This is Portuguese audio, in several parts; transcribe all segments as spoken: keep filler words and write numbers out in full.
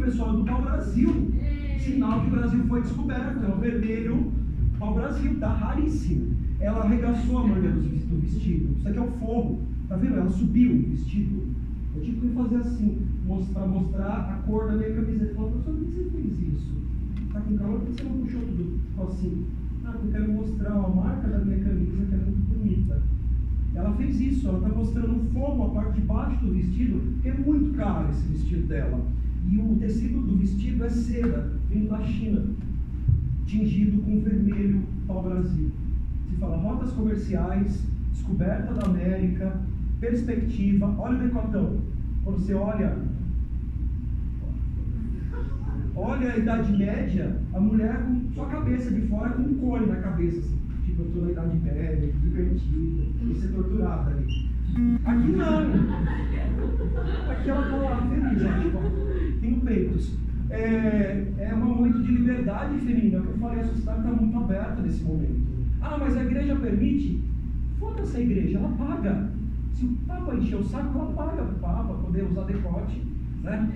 pessoal, do pau-brasil. Sinal que o Brasil foi descoberto. É o vermelho pau-brasil, tá raríssimo. Ela arregaçou a manga do vestido. Isso aqui é o forro. Tá vendo? Ela subiu o vestido. Eu tive que fazer assim, para mostrar a cor da minha camiseta. Falei, professor, por que você fez isso? Tá com calor? Por que você não puxou tudo? Falei assim, ah, porque eu quero mostrar a marca da minha camisa, que é muito bonita. Ela fez isso, ela está mostrando o forro, a parte de baixo do vestido, que é muito caro esse vestido dela. E o tecido do vestido é seda, vindo da China, tingido com vermelho pau-brasil. Se fala rotas comerciais, descoberta da América, perspectiva. Olha o decotão. Quando você olha, olha a Idade Média, a mulher com só a cabeça de fora com um cone na cabeça, assim. Tipo, eu estou na Idade Média, divertida, e ser torturada ali. Aqui não. Aqui ela está lá, feliz, ó, tipo, tenho peitos. É, é um momento de liberdade feminina, que eu falei, a sociedade está muito aberta nesse momento. Ah, mas a igreja permite? Foda-se a igreja, ela paga. Se o Papa encher o saco, ela paga para o Papa poder usar decote, né?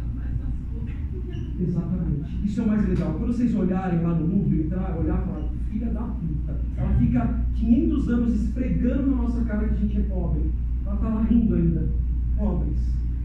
Exatamente. Isso é o mais legal. Quando vocês olharem lá no Louvre, entrar, olhar e falar, filha da puta, ela fica quinhentos anos esfregando na nossa cara que a gente é pobre. Ela está lá rindo ainda. Pobres.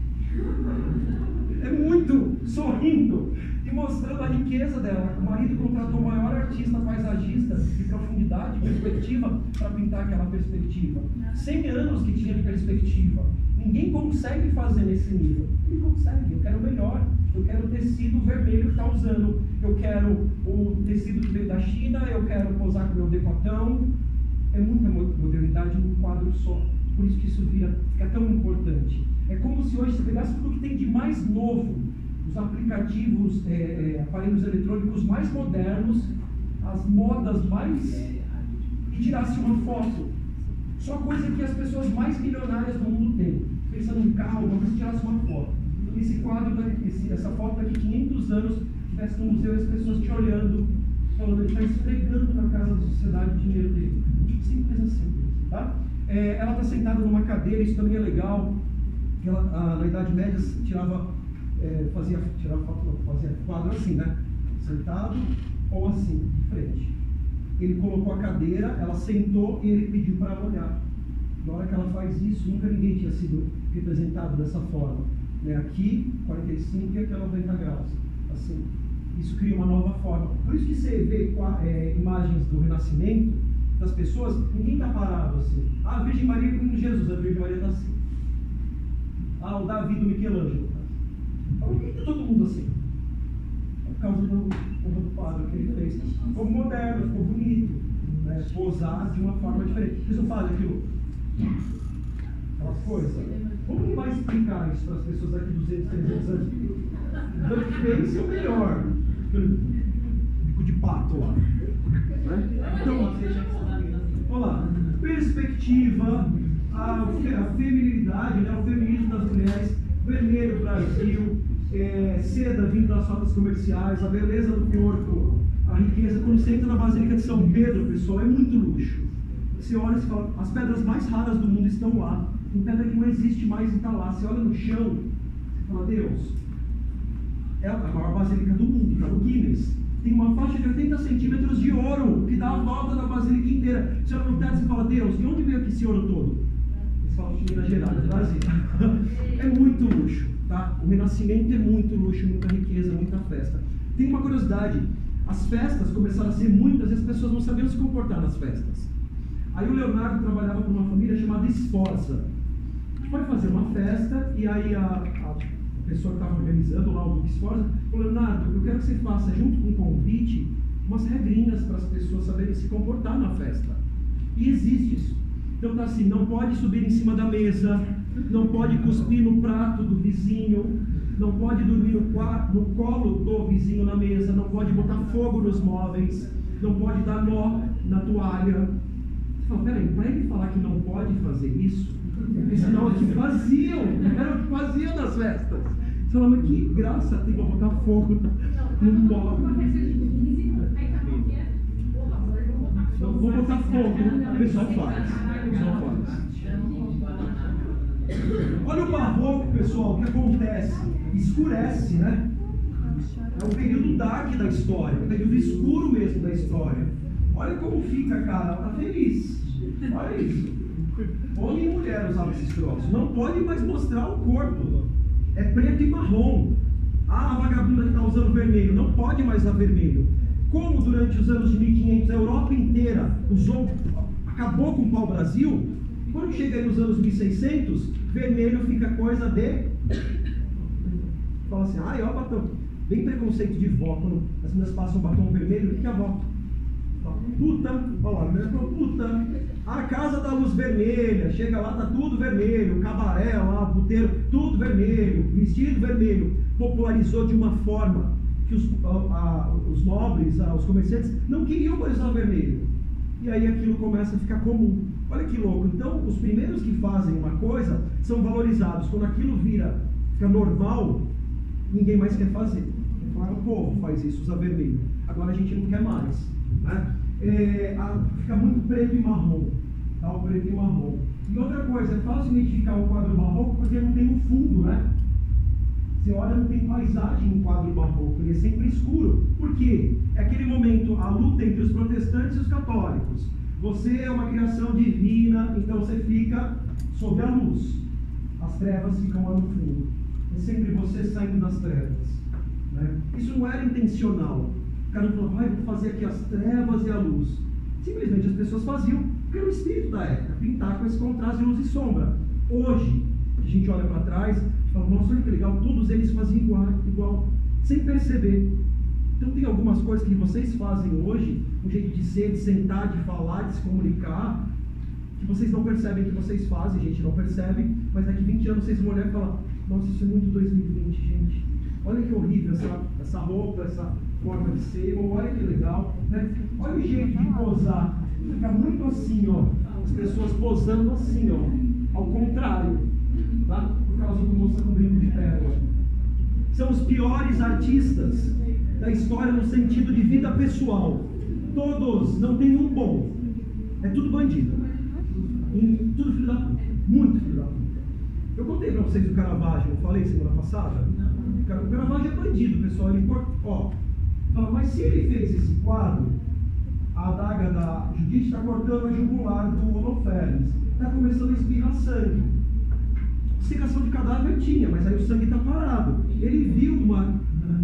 É muito sorrindo e mostrando a riqueza dela. O marido contratou o maior artista paisagista de profundidade, perspectiva, para pintar aquela perspectiva. cem anos que tinha de perspectiva. Ninguém consegue fazer nesse nível. Ele consegue. Eu quero o melhor. Eu quero o tecido vermelho que está usando. Eu quero o tecido que veio da China. Eu quero posar com o meu decotão. É muita modernidade num quadro só. Por isso que isso vira, fica tão importante. É como se hoje você pegasse tudo que tem de mais novo, os aplicativos, é, é, aparelhos eletrônicos mais modernos, as modas mais... e tirasse uma foto. Só coisa que as pessoas mais milionárias do mundo têm. Pensa num carro, uma coisa, tirasse uma foto. Esse quadro, esse, essa foto daqui quinhentos anos, estivesse no museu e as pessoas te olhando, falando, ele está esfregando na casa da sociedade o dinheiro dele. Simples assim, tá? É, ela está sentada numa cadeira, isso também é legal. Ela, a, na Idade Média tirava, é, fazia, tirava foto, fazia quadro assim, né? Sentado ou assim, de frente. Ele colocou a cadeira, ela sentou e ele pediu para ela olhar. Na hora que ela faz isso, nunca ninguém tinha sido representado dessa forma. Né? Aqui, quarenta e cinco e aqui a noventa graus. Assim, isso cria uma nova forma. Por isso que você vê é, imagens do Renascimento, das pessoas, ninguém está parado assim. Ah, a Virgem Maria com Jesus, a Virgem Maria está assim. Ah, o Davi do Michelangelo está assim. Por que está todo mundo assim? Por causa do, do quadro que ele fez. Ficou moderno, ficou bonito. Né? Posar de uma forma diferente. Vocês não fazem aquilo? Aquelas coisas. Como que vai explicar isso para as pessoas daqui duzentos, trezentos anos? Duck Face é o melhor. Bico de pato lá. Né? Então, olha lá, perspectiva, a, a feminilidade, né, o feminismo das mulheres, vermelho Brasil, é, seda vindo das rotas comerciais, a beleza do corpo, a riqueza. Quando você entra na Basílica de São Pedro, pessoal, é muito luxo. Você olha e fala, as pedras mais raras do mundo estão lá. Tem pedra que não existe mais e está lá. Você olha no chão, você fala, Deus, é a maior basílica do mundo, está no Guinness. Tem uma faixa de oitenta centímetros de ouro, que dá a volta da basílica inteira. Você olha no teto e fala, Deus, de onde veio aqui esse ouro todo? Eles falam de Minas Gerais, Brasil. É muito luxo, tá? O Renascimento é muito luxo, muita riqueza, muita festa. Tem uma curiosidade, as festas começaram a ser muitas e as pessoas não sabiam se comportar nas festas. Aí o Leonardo trabalhava com uma família chamada Sforza. Foi fazer uma festa e aí a, a pessoa que estava organizando lá, o Duque Sforza, falou, Leonardo, eu quero que você faça, junto com o convite, umas regrinhas para as pessoas saberem se comportar na festa. E existe isso. Então tá assim, não pode subir em cima da mesa, não pode cuspir no prato do vizinho, não pode dormir no, quarto, no colo do vizinho na mesa, não pode botar fogo nos móveis, não pode dar nó na toalha. Você fala, peraí, para ele falar que não pode fazer isso, porque senão é que faziam, era o que faziam nas festas. Você fala, mas que graça tem para botar fogo no móvel. Não vou botar fogo, o pessoal faz. O pessoal faz. Olha o barroco, pessoal, o que acontece? Escurece, né? É o período dark da história, o período escuro mesmo da história. Olha como fica, cara, ela tá feliz. Olha isso. Homem e mulher usavam esses troços. Não pode mais mostrar o corpo. É preto e marrom. Ah, a vagabunda que está usando vermelho. Não pode mais usar vermelho. Como durante os anos de mil e quinhentos a Europa inteira usou, acabou com o pau-brasil, quando chega aí nos anos mil e seiscentos, vermelho fica coisa de... Fala assim, ai, ó, batom. Bem preconceito de vó, quando as meninas passam batom vermelho, o que é a vó? Puta, olha lá, né? Puta, a casa da luz vermelha, chega lá, tá tudo vermelho, o cabaré lá, o puteiro, tudo vermelho, vestido vermelho. Popularizou de uma forma que os, a, a, os nobres, a, os comerciantes, não queriam mais usar vermelho. E aí aquilo começa a ficar comum. Olha que louco. Então, os primeiros que fazem uma coisa são valorizados. Quando aquilo vira, fica normal, ninguém mais quer fazer. Claro, o povo faz isso, usa vermelho. Agora a gente não quer mais. Né? É, a, fica muito preto e marrom. Tá? O preto e marrom. E outra coisa, é fácil identificar o quadro barroco porque não tem um fundo, né? Você olha, não tem paisagem no quadro barroco, ele é sempre escuro. Por quê? É aquele momento, a luta entre os protestantes e os católicos. Você é uma criação divina, então você fica sob a luz. As trevas ficam lá no fundo. É sempre você saindo das trevas. Né? Isso não era intencional. O cara não falou, ah, eu vou fazer aqui as trevas e a luz. Simplesmente as pessoas faziam, porque era o espírito da época, pintar com esse contraste de luz e sombra. Hoje, a gente olha para trás e fala, nossa, olha que legal, todos eles faziam igual, igual, sem perceber. Então tem algumas coisas que vocês fazem hoje, um jeito de ser, de sentar, de falar, de se comunicar, que vocês não percebem que vocês fazem, a gente não percebe, mas daqui vinte anos vocês vão olhar e falar, nossa, isso é muito dois mil e vinte, gente. Olha que horrível essa, essa roupa, essa forma de ser, ou olha que legal, né? Olha o jeito de posar, fica muito assim, ó, as pessoas posando assim, ó, ao contrário, tá? Por causa do moço com brinco de pérola. São os piores artistas da história no sentido de vida pessoal. Todos, não tem um bom. É tudo bandido. E tudo filho da puta. Muito filho da puta. Eu contei pra vocês do Caravaggio, eu falei semana passada. O Caravaggio é bandido, pessoal. Ele, ó, fala, mas se ele fez esse quadro, a adaga da Judite está cortando a jugular do Holofernes. Está começando a espirrar sangue. Secação de cadáver tinha, mas aí o sangue está parado. Ele viu uma,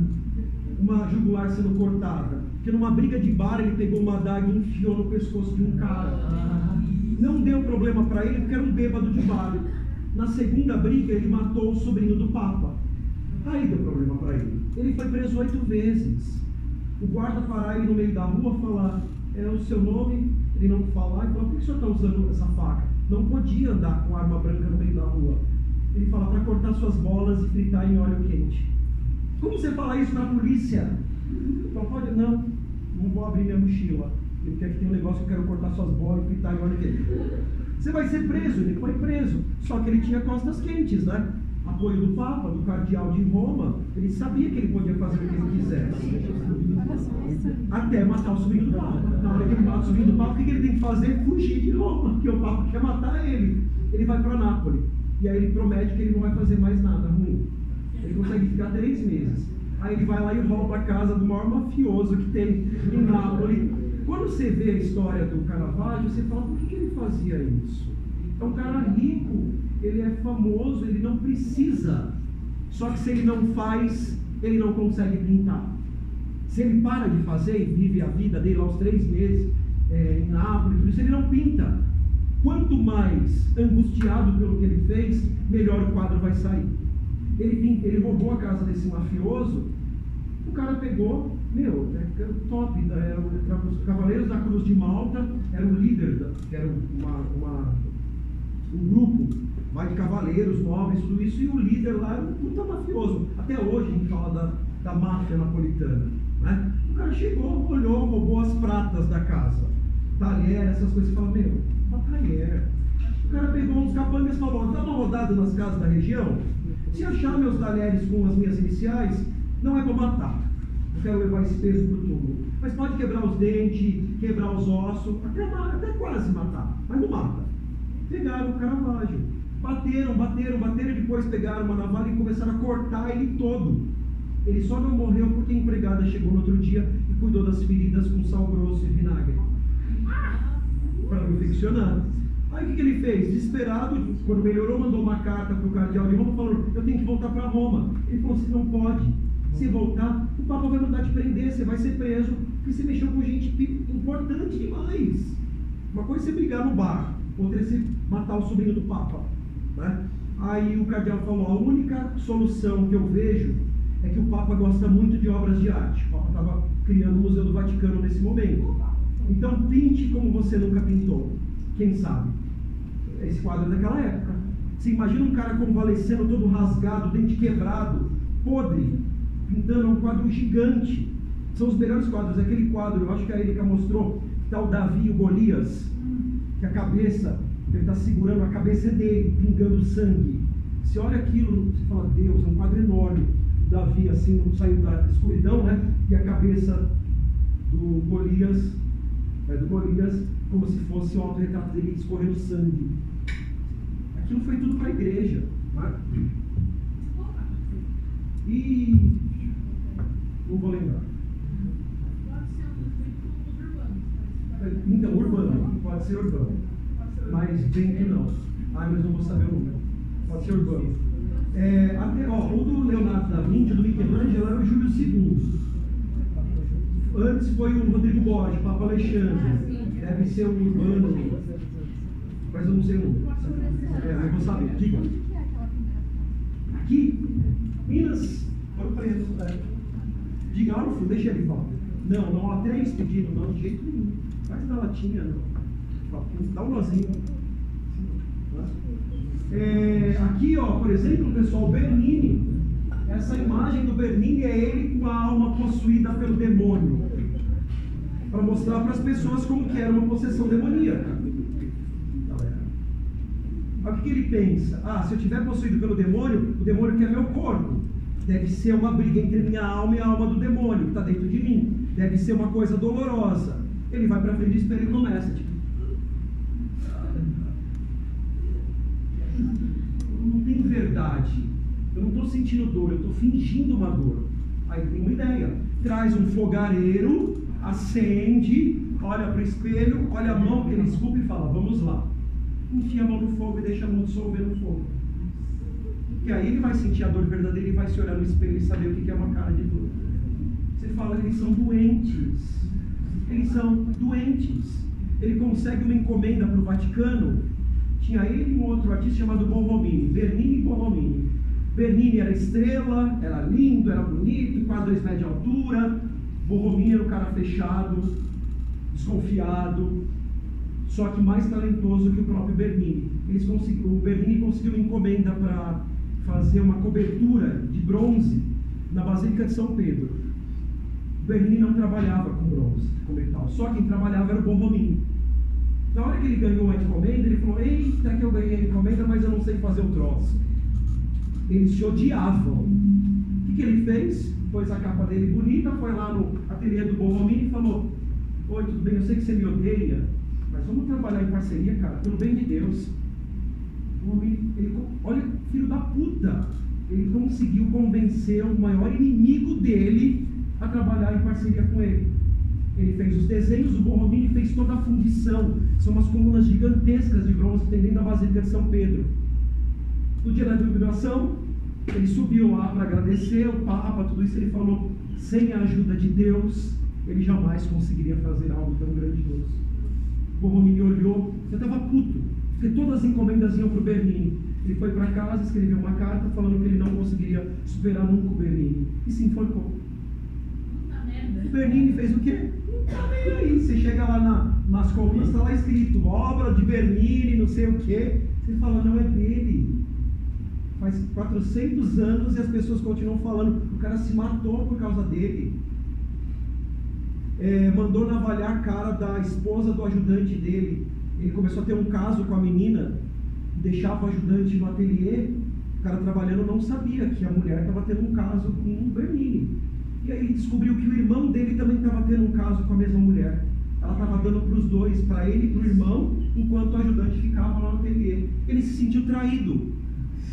uma jugular sendo cortada, porque numa briga de bar ele pegou uma adaga e enfiou no pescoço de um cara. Não deu problema para ele porque era um bêbado de bar. Na segunda briga ele matou o sobrinho do Papa. Aí deu problema para ele. Ele foi preso oito vezes. O guarda parar ele no meio da rua e falar, é o seu nome? Ele não falar e falar, por que o senhor está usando essa faca? Não podia andar com arma branca no meio da rua. Ele fala, para cortar suas bolas e fritar em óleo quente. Como você fala isso para a polícia? Então, pode, não, não vou abrir minha mochila. Ele quer que tenha um negócio que eu quero cortar suas bolas e fritar em óleo quente. Você vai ser preso, ele foi preso. Só que ele tinha costas quentes, né? Apoio do Papa, do cardeal de Roma. Ele sabia que ele podia fazer o que ele quisesse. Até matar o sobrinho do Papa. Na hora que ele mata o sobrinho do Papa, o que ele tem que fazer? Fugir de Roma, porque o Papa quer matar ele. Ele vai para Nápoles. E aí ele promete que ele não vai fazer mais nada ruim. Ele consegue ficar três meses. Aí ele vai lá e rouba a casa do maior mafioso que tem em Nápoles. Quando você vê a história do Caravaggio, você fala, por que ele fazia isso? É um cara rico, ele é famoso, ele não precisa. Só que se ele não faz, ele não consegue pintar. Se ele para de fazer e vive a vida dele aos três meses é, em Nápoles, por isso ele não pinta. Quanto mais angustiado pelo que ele fez, melhor o quadro vai sair. Ele, ele roubou a casa desse mafioso, o cara pegou, meu, é top, era os Cavaleiros da Cruz de Malta, era o líder, que era uma, uma, um grupo, vai de cavaleiros, nobres, tudo isso, e o líder lá era um puta mafioso. Até hoje a gente fala da, da máfia napolitana. Né? O cara chegou, olhou, roubou as pratas da casa, talher, essas coisas, e falou, meu, uma talher. O cara pegou uns capangas e falou, dá uma rodada nas casas da região, se achar meus talheres com as minhas iniciais, não é para matar. Eu quero levar esse peso para o túmulo. Mas pode quebrar os dentes, quebrar os ossos, até, até quase matar, mas não mata. Pegaram o Caravaggio, bateram, bateram, bateram, e depois pegaram uma navalha e começaram a cortar ele todo. Ele só não morreu porque a empregada chegou no outro dia e cuidou das feridas com sal grosso e vinagre, para não infeccionar. Aí o que, que ele fez? Desesperado, quando melhorou, mandou uma carta para o cardeal de Roma, falando: eu tenho que voltar para Roma. Ele falou: você não pode. Se voltar, o Papa vai mandar te prender, você vai ser preso, porque você mexeu com gente importante demais. Uma coisa é você brigar no bar, outra é você matar o sobrinho do Papa, né? Aí o cardeal falou: a única solução que eu vejo é que o Papa gosta muito de obras de arte. O Papa estava criando o Museu do Vaticano nesse momento. Então pinte como você nunca pintou. Quem sabe? Esse quadro é daquela época. Você imagina um cara convalescendo, todo rasgado, dente quebrado, podre, pintando um quadro gigante. São os melhores quadros. Aquele quadro, eu acho que a Erika mostrou, que está o Davi e o Golias, que a cabeça, ele está segurando a cabeça dele, pingando sangue. Você olha aquilo, você fala: Deus, é um quadro enorme. Davi assim, saindo da escuridão, né? E a cabeça do Golias, é, do Golias, como se fosse o autorretrato dele escorrendo sangue. Aquilo foi tudo para a igreja, né? E não vou lembrar. Então, urbano, pode ser urbano, mas bem que não. Ah, mas não vou saber o número. Pode ser urbano. É, até, ó, o do Leonardo da Vinci, do Michelangelo, era o Júlio segundo. Antes foi o Rodrigo Borges, Papa Alexandre. Deve ser o urbano, mas eu não sei o número. É, eu vou saber. Diga. Aqui, Minas, Ouro Preto. Né? Diga lá no fundo, deixa ele falar. Não, não há três pedindo, não, de jeito nenhum. Faz na latinha, não. Dá um nozinho. É, aqui, ó, por exemplo, pessoal, Bernini. Essa imagem do Bernini é ele com a alma possuída pelo demônio, para mostrar para as pessoas como que era uma possessão demoníaca. Olha o que ele pensa: ah, se eu estiver possuído pelo demônio, o demônio quer meu corpo. Deve ser uma briga entre minha alma e a alma do demônio que está dentro de mim. Deve ser uma coisa dolorosa. Ele vai para frente do espelho e começa, tipo, não tem verdade. Eu não estou sentindo dor, eu estou fingindo uma dor. Aí tem uma ideia: traz um fogareiro, acende, olha para o espelho, olha a mão que ele esculpe e fala: vamos lá. Enfia a mão no fogo e deixa a mão dissolver no fogo. E aí ele vai sentir a dor verdadeira e vai se olhar no espelho e saber o que é uma cara de dor. Você fala: eles são doentes. Eles são doentes. Ele consegue uma encomenda para o Vaticano. Tinha ele e um outro artista chamado Borromini, Bernini e Borromini. Bernini era estrela, era lindo, era bonito, quase dois metros de altura. Borromini era um cara fechado, desconfiado, só que mais talentoso que o próprio Bernini. Eles conseguiram, o Bernini conseguiu uma encomenda para fazer uma cobertura de bronze na Basílica de São Pedro. O Bernini não trabalhava com bronze, com metal, só quem trabalhava era o Borromini. Na hora que ele ganhou a encomenda, ele falou: eita, que eu ganhei a encomenda, mas eu não sei fazer o troço. Eles se odiavam. O que, que ele fez? Pôs a capa dele bonita, foi lá no ateliê do Borromini e falou: oi, tudo bem, eu sei que você me odeia, mas vamos trabalhar em parceria, cara, pelo bem de Deus. O Borromini, ele, olha, filho da puta, ele conseguiu convencer o maior inimigo dele a trabalhar em parceria com ele. Ele fez os desenhos, o Borromini fez toda a fundição. São umas colunas gigantescas de bronze que tem dentro da Basílica de São Pedro. No dia da inauguração, ele subiu lá para agradecer o Papa, tudo isso. Ele falou: sem a ajuda de Deus, ele jamais conseguiria fazer algo tão grandioso. O Borromini olhou, já estava puto, porque todas as encomendas iam para o Bernini. Ele foi para casa, escreveu uma carta falando que ele não conseguiria superar nunca o Bernini, e se enforcou. O Bernini fez o quê? Não tá nem aí. Você chega lá na, nas colunas, está lá escrito: obra de Bernini, não sei o quê. Você fala: não é dele. Faz quatrocentos anos e as pessoas continuam falando. O cara se matou por causa dele. É, mandou navalhar a cara da esposa do ajudante dele. Ele começou a ter um caso com a menina, deixava o ajudante no ateliê. O cara trabalhando não sabia que a mulher estava tendo um caso com o Bernini. E aí ele descobriu que o irmão dele também estava tendo um caso com a mesma mulher. Ela estava dando para os dois, para ele e para o irmão, enquanto o ajudante ficava lá no ateliê. Ele se sentiu traído.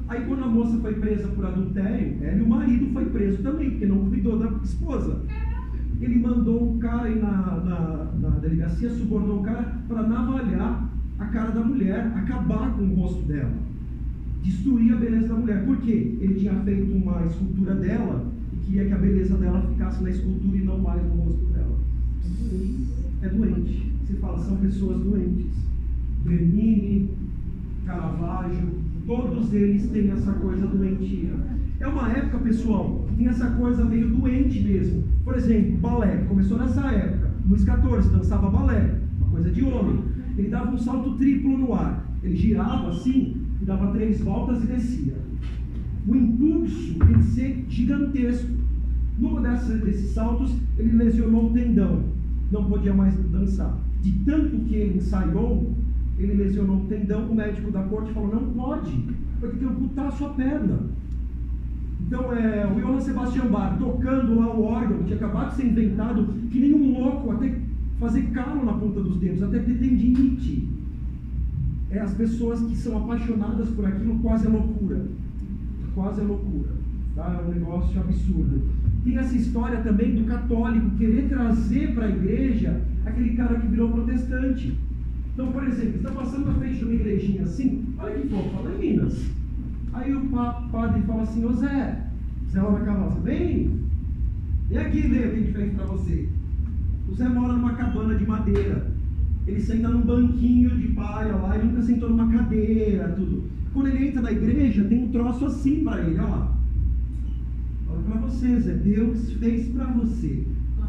Aí quando a moça foi presa por adultério, ela e o marido foi preso também, porque não cuidou da esposa. Ele mandou um cara ir na, na, na delegacia, subornou o cara para navalhar a cara da mulher, acabar com o rosto dela, destruir a beleza da mulher. Por quê? Ele tinha feito uma escultura dela e queria que a beleza dela ficasse na escultura e não mais no rosto dela. É doente. Você fala, são pessoas doentes. Bernini, Caravaggio, todos eles têm essa coisa doentia. É uma época, pessoal, que tem essa coisa meio doente mesmo. Por exemplo, balé, começou nessa época. Luís quatorze dançava balé, uma coisa de homem. Ele dava um salto triplo no ar. Ele girava assim, e dava três voltas e descia. O impulso tem que ser gigantesco. Numa dessas, desses saltos, ele lesionou o tendão. Não podia mais dançar. De tanto que ele ensaiou, ele lesionou o tendão. O médico da corte falou, não pode, vai ter que amputar a sua perna. Então, é, o Johann Sebastian Bach, tocando lá o órgão, que tinha acabado de ser inventado, que nem um louco, até fazer calo na ponta dos dedos, até ter tendinite. É, as pessoas que são apaixonadas por aquilo, quase é loucura. Quase é loucura. Tá? É um negócio absurdo. Tem essa história também do católico querer trazer para a igreja aquele cara que virou protestante. Então, por exemplo, está passando na frente de uma igrejinha assim, olha que fofo, fala em Minas. Aí o padre fala assim, ô Zé, Zé lá na carroça, vem, vem aqui ver o que a gente fez para você. O Zé mora numa cabana de madeira, ele senta num banquinho de palha lá, ele nunca sentou numa cadeira, tudo. Quando ele entra na igreja, tem um troço assim para ele, olha lá. Olha para você, Zé, Deus fez para você.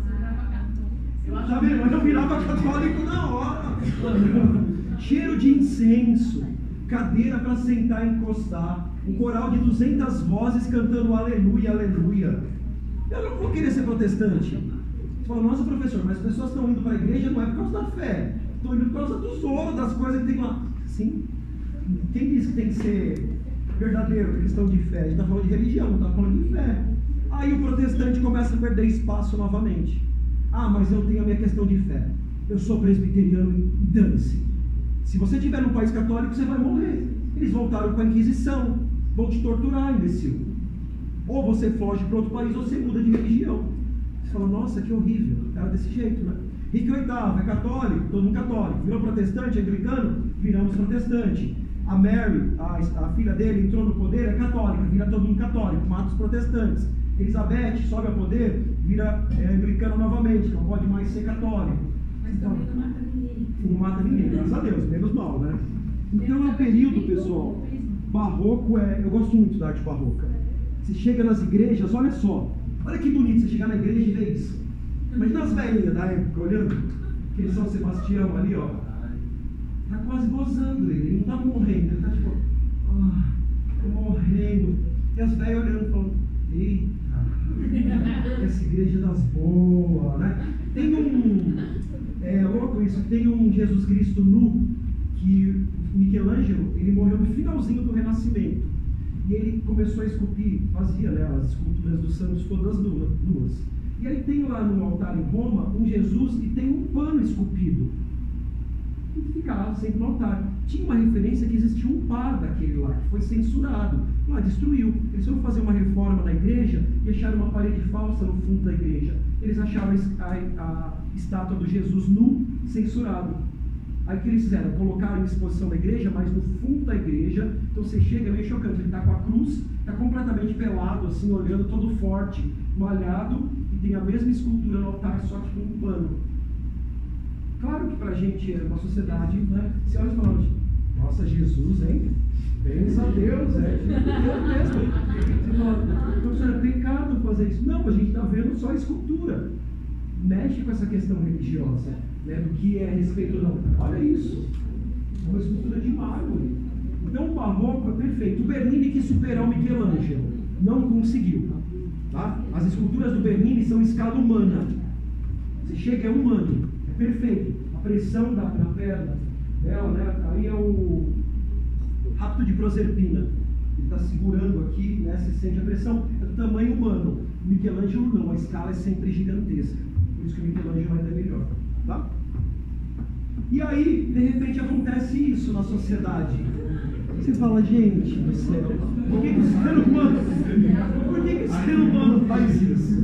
Tá vendo? Mas eu virava católico na hora. Cheiro de incenso, cadeira para sentar e encostar, um coral de duzentas vozes cantando aleluia, aleluia. Eu não vou querer ser protestante. Você fala, nossa professor, mas as pessoas estão indo para a igreja não é por causa da fé, estão indo por causa dos outros, das coisas que tem lá. Sim. Quem disse que tem que ser verdadeiro, questão de fé? A gente está falando de religião, não está falando de fé. Aí o protestante começa a perder espaço novamente. Ah, mas eu tenho a minha questão de fé. Eu sou presbiteriano e dane-se. Se você estiver num país católico, você vai morrer. Eles voltaram com a Inquisição. Vão te torturar, imbecil. Ou você foge para outro país, ou você muda de religião. Você fala, nossa, que horrível. Era desse jeito, né? Henrique oitavo é católico, todo mundo católico. Virou protestante, anglicano, viramos protestante. A Mary, a, a filha dele, entrou no poder, é católica, vira todo mundo católico, mata os protestantes. Elizabeth sobe ao poder, vira é, anglicana novamente, não pode mais ser católico. Mas então, também não mata ninguém. Não mata ninguém, graças a Deus, menos mal, né? Então é um período, pessoal, barroco é... Eu gosto muito da arte barroca. Você chega nas igrejas, olha só, olha que bonito você chegar na igreja e ver isso. Imagina as velhinhas da época olhando, aquele São Sebastião ali, ó. Tá quase gozando ele, ele não tá morrendo, ele tá tipo, ah, tô morrendo. E as velhas olhando, falando, eita, essa igreja das boas, né? Tem um, é louco isso, tem um Jesus Cristo nu, que Michelangelo, ele morreu no finalzinho do Renascimento. E ele começou a esculpir, fazia, né, as esculturas dos santos todas nuas. E aí tem lá no altar em Roma, um Jesus e tem um pano esculpido. E ficava sempre no altar. Tinha uma referência que existia um par daquele lá, que foi censurado. Lá, destruiu. Eles foram fazer uma reforma na igreja e acharam uma parede falsa no fundo da igreja. Eles acharam a, a, a estátua do Jesus nu, censurado. Aí o que eles fizeram? Colocaram em exposição na igreja, mas no fundo da igreja. Então você chega, é meio chocante. Ele está com a cruz, está completamente pelado, assim, olhando todo forte, malhado, e tem a mesma escultura no altar, só que com um pano. Claro que pra gente é uma sociedade, né? Você olha e fala, nossa, Jesus, hein? Pensa a Deus, é Deus mesmo. Você fala, professor, é pecado fazer isso. Não, a gente está vendo só a escultura. Mexe com essa questão religiosa, né? Do que é respeito ou não. Olha isso. É uma escultura de mármore. Então o barroco é perfeito. O Bernini quis superar o Michelangelo. Não conseguiu. Tá? As esculturas do Bernini são em escala humana. Você chega, é humano. Perfeito, a pressão da, da perna dela, né? Aí é o rapto de Proserpina. Ele está segurando aqui, né? Você sente a pressão, é do tamanho humano. O Michelangelo não, a escala é sempre gigantesca. Por isso que o Michelangelo ainda é melhor. Tá? E aí, de repente, acontece isso na sociedade. Você fala, gente do céu, por que, que o ser humano, por que, que o ser humano faz isso?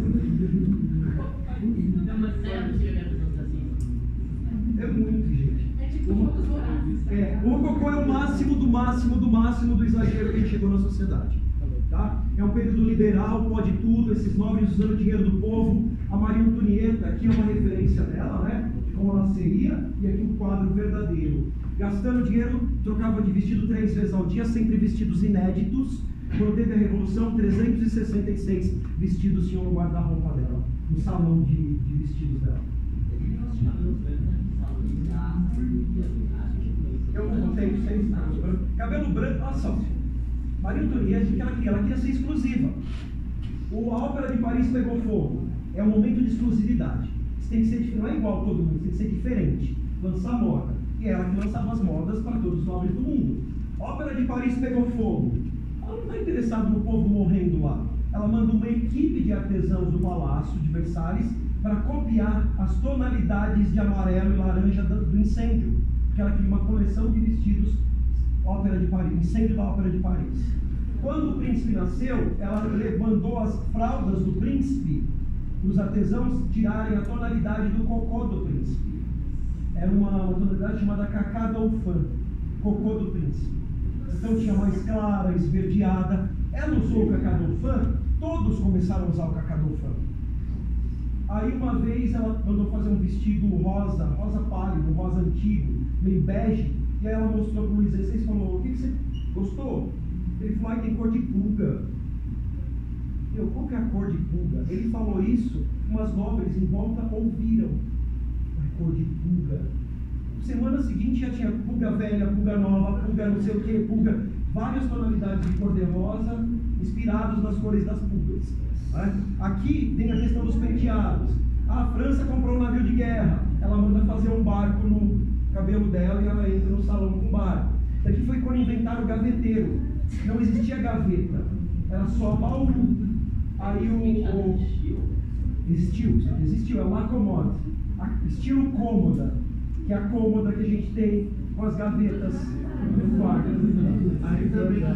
É muito, gente. É, o rococó é o máximo do máximo do máximo do exagero que a gente chegou na sociedade. Tá? É um período liberal, pode tudo, esses nobres usando o dinheiro do povo. A Maria Antonieta, aqui é uma referência dela, né? De como ela seria, e aqui um quadro verdadeiro. Gastando dinheiro, trocava de vestido três vezes ao dia, sempre vestidos inéditos. Quando teve a Revolução, trezentos e sessenta e seis vestidos tinham no guarda-roupa dela, no salão de, de vestidos dela. Eu não contei seis anos. Cabelo branco, olha só. Maria Antonieta, o que ela queria? Ela queria ser exclusiva. O, a Ópera de Paris pegou fogo. É um momento de exclusividade. Você tem que ser, não é igual a todo mundo, tem que ser diferente. Lançar moda. E ela que lançava as modas para todos os nobres do mundo. A Ópera de Paris pegou fogo. Ela não está interessada no povo morrendo lá. Ela manda uma equipe de artesãos do Palácio de Versalhes para copiar as tonalidades de amarelo e laranja do, do incêndio. Porque ela queria uma coleção de vestidos Ópera de Paris, incêndio da Ópera de Paris. Quando o príncipe nasceu, ela mandou as fraldas do príncipe para os artesãos tirarem a tonalidade do cocô do príncipe. Era uma, uma tonalidade chamada cacá dauphin, cocô do príncipe. Então tinha mais clara, esverdeada. Ela usou o cacá dauphin, todos começaram a usar o cacá dauphin. Aí uma vez ela mandou fazer um vestido rosa, rosa pálido, rosa antigo, meio bege. E aí ela mostrou para o Luís dezesseis e falou, o que, que você gostou? Ele falou, ah, tem cor de pulga. Eu, qual que é a cor de pulga? Ele falou isso, umas nobres em volta ouviram. A cor de pulga. Semana seguinte já tinha pulga velha, pulga nova, pulga não sei o que, pulga, várias tonalidades de cor de rosa, inspirados nas cores das pulgas. Né? Aqui tem a questão dos penteados. A França comprou um navio de guerra, ela manda fazer um barco no cabelo dela e ela entra no salão com barco. Isso aqui foi quando inventaram o gaveteiro. Não existia gaveta, era só baú. Aí o... o existiu, existiu, é o acomode. Estilo cômoda, que é a cômoda que a gente tem com as gavetas no quarto. Ainda bem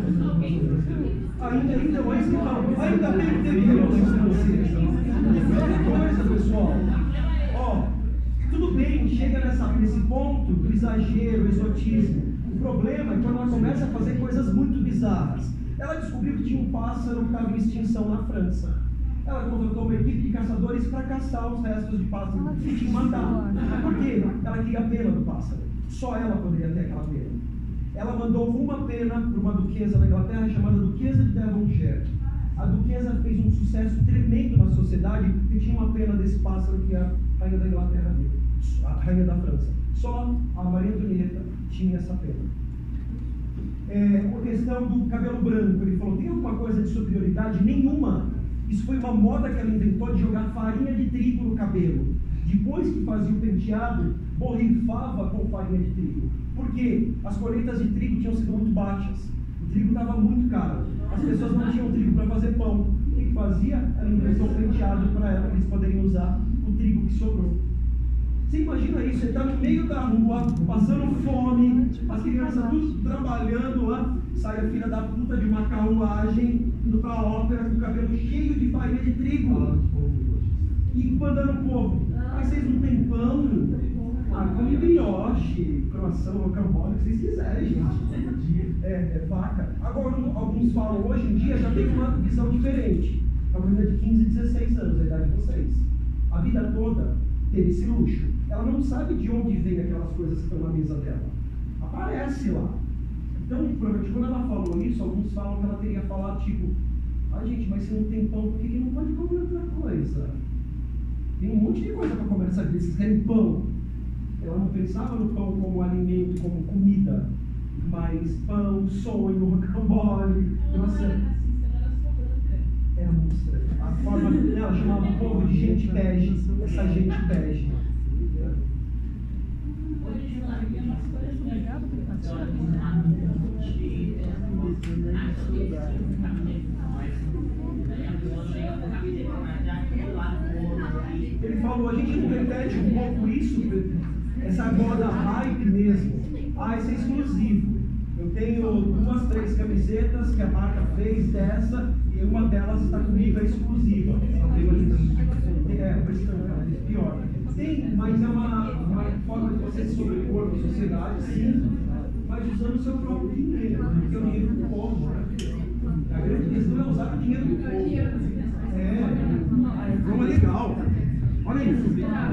Ainda, então, é isso que eu falo. Ainda bem que teve revolução francesa. Outra coisa, pessoal. Ó, tudo bem, chega nessa, nesse ponto do exagero, exotismo. O problema é quando ela começa a fazer coisas muito bizarras. Ela descobriu que tinha um pássaro que estava em extinção na França. Ela contratou uma equipe de caçadores para caçar os restos de pássaro que tinha matado. Por quê? Ela queria a pena do pássaro. Só ela poderia ter aquela pena. Ela mandou uma pena para uma duquesa da Inglaterra chamada Duquesa de Devonshire. A duquesa fez um sucesso tremendo na sociedade e tinha uma pena desse pássaro que a rainha da Inglaterra deu, a rainha da França. Só a Maria Antonieta tinha essa pena. É, a questão do cabelo branco, ele falou, tem alguma coisa de superioridade? Nenhuma. Isso foi uma moda que ela inventou de jogar farinha de trigo no cabelo. Depois que fazia o penteado, borrifava com farinha de trigo. Por quê? As colheitas de trigo tinham sido muito baixas. O trigo estava muito caro. As pessoas não tinham trigo para fazer pão. O que, que fazia? Ela inventou um penteado para ela, que eles poderiam usar o trigo que sobrou. Você imagina isso? Você está no meio da rua, passando fome, as crianças tudo trabalhando lá, sai a filha da puta de uma carruagem, indo para a ópera com o cabelo cheio de farinha de trigo. E mandando o povo, mas vocês não têm pão? Ah, come brioche, croissant, rocambole, o que vocês quiserem, gente. É, é vaca. Agora, alguns falam, hoje em dia já tem uma visão diferente. É uma menina de quinze, dezesseis anos, a idade de vocês. A vida toda teve esse luxo. Ela não sabe de onde vem aquelas coisas que estão na mesa dela. Aparece lá. Então, provavelmente, quando ela falou isso, alguns falam que ela teria falado, tipo, ah, gente, mas se não tem pão, por que, que não pode comer outra coisa? Tem um monte de coisa para comer nessa vida, vocês querem pão. Ela não pensava no pão como alimento, como comida, mas pão, sonho, rocambole. Nossa, era muito estranho. A forma dela chamava o povo de gente bege, essa gente bege. Ele falou, a gente não repete um pouco isso, essa moda hype mesmo. Ah, isso é exclusivo. Eu Eu tenho duas, três camisetas que a marca fez dessa e uma delas está comigo, é exclusiva. É, pior. Tem, mas é uma, uma forma de você se sobrepor na sociedade, sim, mas usando o seu próprio dinheiro, porque é o dinheiro do povo. Né? A grande questão é usar o dinheiro do povo. É, então é legal. Olha isso.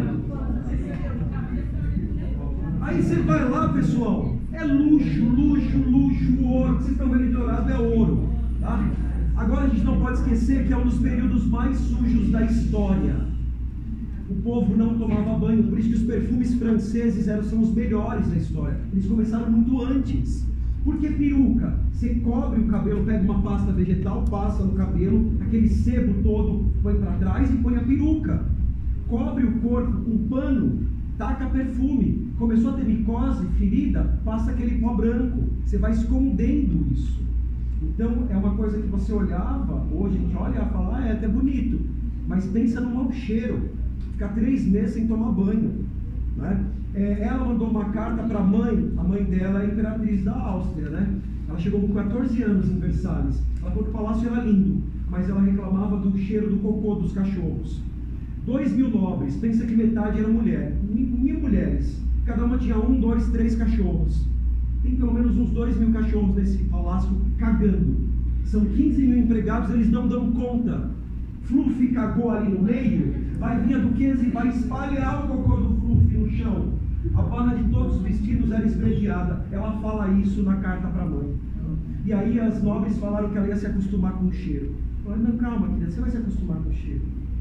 Aí você vai lá, pessoal, é luxo, luxo, luxo, o ouro que vocês estão vendo de dourado é ouro, tá? Agora a gente não pode esquecer que é um dos períodos mais sujos da história. O povo não tomava banho, por isso que os perfumes franceses eram, são os melhores da história. Eles começaram muito antes. Por que peruca? Você cobre o cabelo, pega uma pasta vegetal, passa no cabelo, aquele sebo todo põe para trás e põe a peruca. Cobre o corpo com pano, taca perfume. Começou a ter micose, ferida, passa aquele pó branco. Você vai escondendo isso. Então é uma coisa que você olhava, hoje a gente olha e fala, ah, é até bonito. Mas pensa no mau cheiro. Ficar três meses sem tomar banho. Né? É, ela mandou uma carta para a mãe, a mãe dela é imperatriz da Áustria, né? Ela chegou com quatorze anos em Versalhes. Ela falou que o palácio era lindo, mas ela reclamava do cheiro do cocô dos cachorros. Dois mil nobres, pensa que metade era mulher, mil mulheres, cada uma tinha um, dois, três cachorros. Tem pelo menos uns dois mil cachorros nesse palácio cagando. São quinze mil empregados, eles não dão conta. Fluffy cagou ali no meio, vai vir a duquesa e vai espalhar o cocô do Fluffy no chão. A barra de todos os vestidos era esverdeada. Ela fala isso na carta para a mãe. E aí as nobres falaram que ela ia se acostumar com o cheiro. Falaram, não, calma, querida, você vai se acostumar com o cheiro.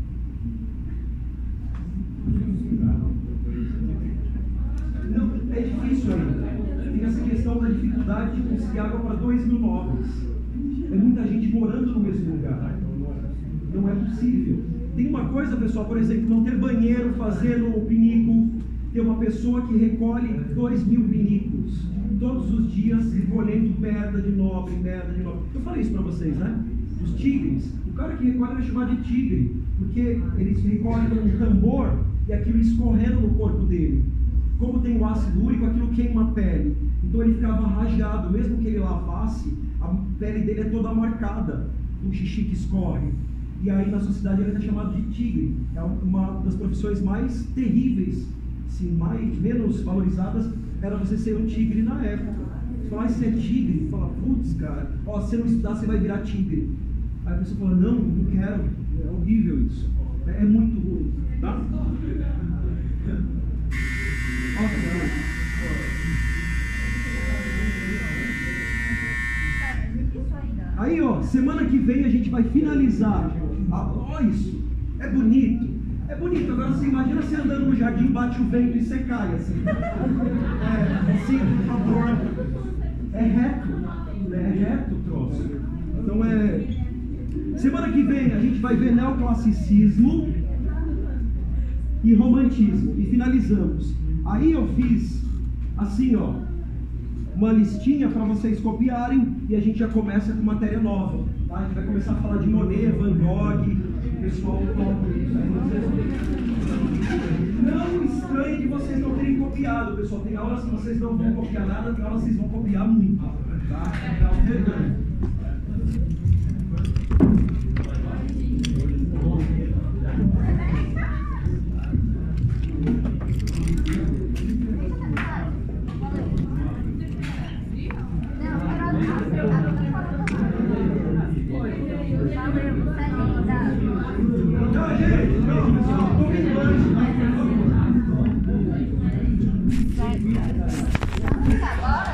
Não, é difícil ainda. Tem essa questão da dificuldade de conseguir água para dois mil nobres. É muita gente morando no mesmo lugar. Não é possível. Tem uma coisa, pessoal, por exemplo, não ter banheiro fazendo o pinico. Tem uma pessoa que recolhe dois mil pinicos todos os dias, recolhendo merda de nobre, merda de nobre. Eu falei isso para vocês, né? Os tigres. O cara que recolhe é chamado de tigre, porque eles recolhem um tambor e aquilo escorrendo no corpo dele. Como tem o ácido úrico, aquilo queima a pele. Então ele ficava rajado, mesmo que ele lavasse, a pele dele é toda marcada, o xixi que escorre. E aí na sociedade ele é chamado de tigre. É uma das profissões mais terríveis, assim, mais, menos valorizadas, era você ser um tigre na época. Você fala, ah, você é tigre? Fala, putz, cara, ó, se você não estudar, você vai virar tigre. Aí a pessoa fala, não, não quero, é horrível isso. É, é muito ruim, tá? Aí, ó, semana que vem a gente vai finalizar. Ah, ó, isso. É bonito. É bonito. Agora você imagina você andando no jardim, bate o vento e você cai assim. É, assim, por favor. É reto. É reto o troço. Então é. Semana que vem a gente vai ver neoclassicismo e romantismo. E finalizamos. Aí eu fiz assim, ó, uma listinha para vocês copiarem e a gente já começa com matéria nova, tá? A gente vai começar a falar de Monet, Van Gogh, o pessoal topa isso. Não estranhe que vocês não terem copiado, pessoal. Tem aulas que vocês não vão copiar nada, tem aulas que vocês vão copiar muito, tá? Tá alternando. Agora?